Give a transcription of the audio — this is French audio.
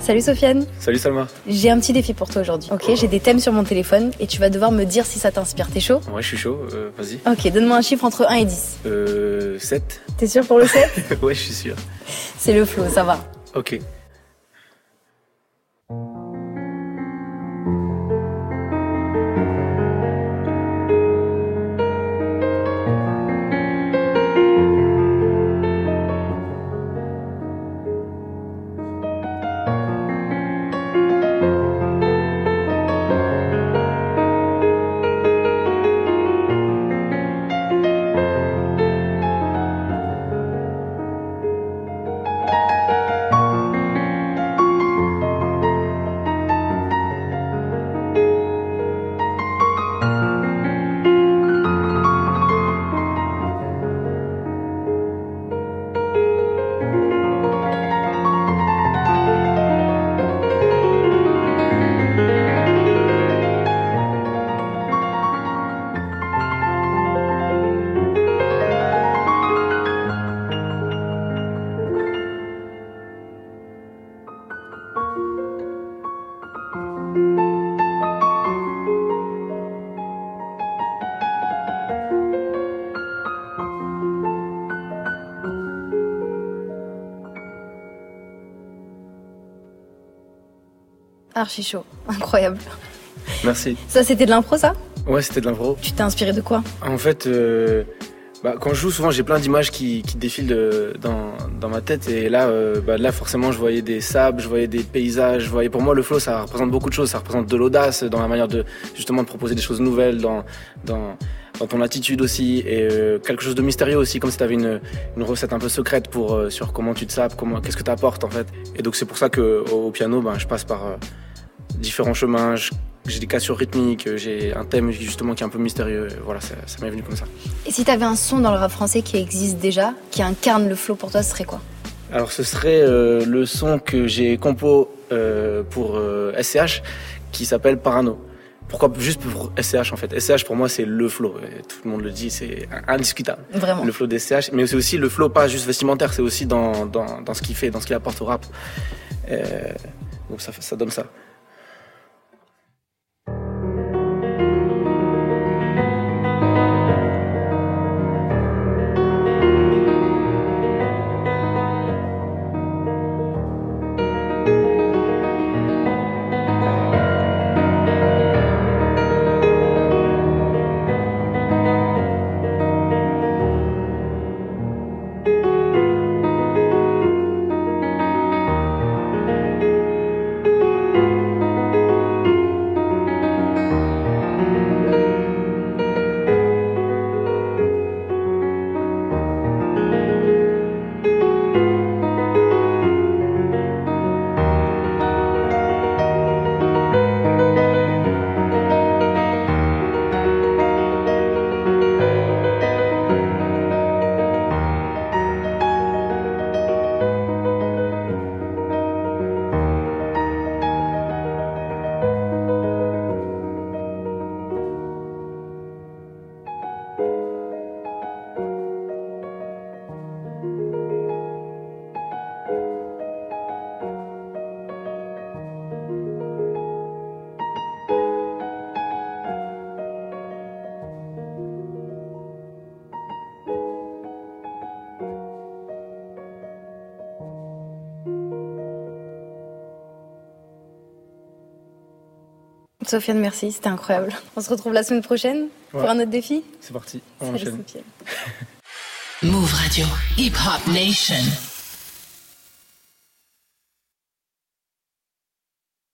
Salut Sofiane. Salut Salma. J'ai un petit défi pour toi aujourd'hui. Ok, j'ai des thèmes sur mon téléphone et tu vas devoir me dire si ça t'inspire. T'es chaud? Ouais, je suis chaud, vas-y. Ok, donne-moi un chiffre entre 1 et 10. 7. T'es sûr pour le 7? Ouais, je suis sûr. C'est le flow, ça va. Ok. Archi chaud, incroyable. Merci. Ça, c'était de l'impro, ça? Ouais, c'était de l'impro. Tu t'es inspiré de quoi? En fait, quand je joue, souvent j'ai plein d'images qui défilent dans ma tête. Et là, là, forcément, je voyais des sables, je voyais des paysages. Pour moi, le flow, ça représente beaucoup de choses. Ça représente de l'audace dans la manière de proposer des choses nouvelles, dans ton attitude aussi, et quelque chose de mystérieux aussi, comme si tu avais une recette un peu secrète sur comment tu te sapes, qu'est-ce que tu apportes en fait. Et donc c'est pour ça que au piano, je passe par différents chemins. J'ai des cassures rythmiques, j'ai un thème justement qui est un peu mystérieux. Voilà, ça m'est venu comme ça. Et si t'avais un son dans le rap français qui existe déjà, qui incarne le flow pour toi, ce serait quoi? Alors ce serait le son que j'ai compo pour SCH, qui s'appelle Parano. Pourquoi juste pour SCH en fait? SCH pour moi c'est le flow, tout le monde le dit, c'est indiscutable. Vraiment. Le flow des SCH, mais c'est aussi le flow pas juste vestimentaire, c'est aussi dans ce qu'il fait, dans ce qu'il apporte au rap. Donc ça donne ça. Sofiane, merci, c'était incroyable. On se retrouve la semaine prochaine pour un autre défi. C'est parti, on Salut enchaîne. Sofiane. Move Radio, Hip Hop Nation.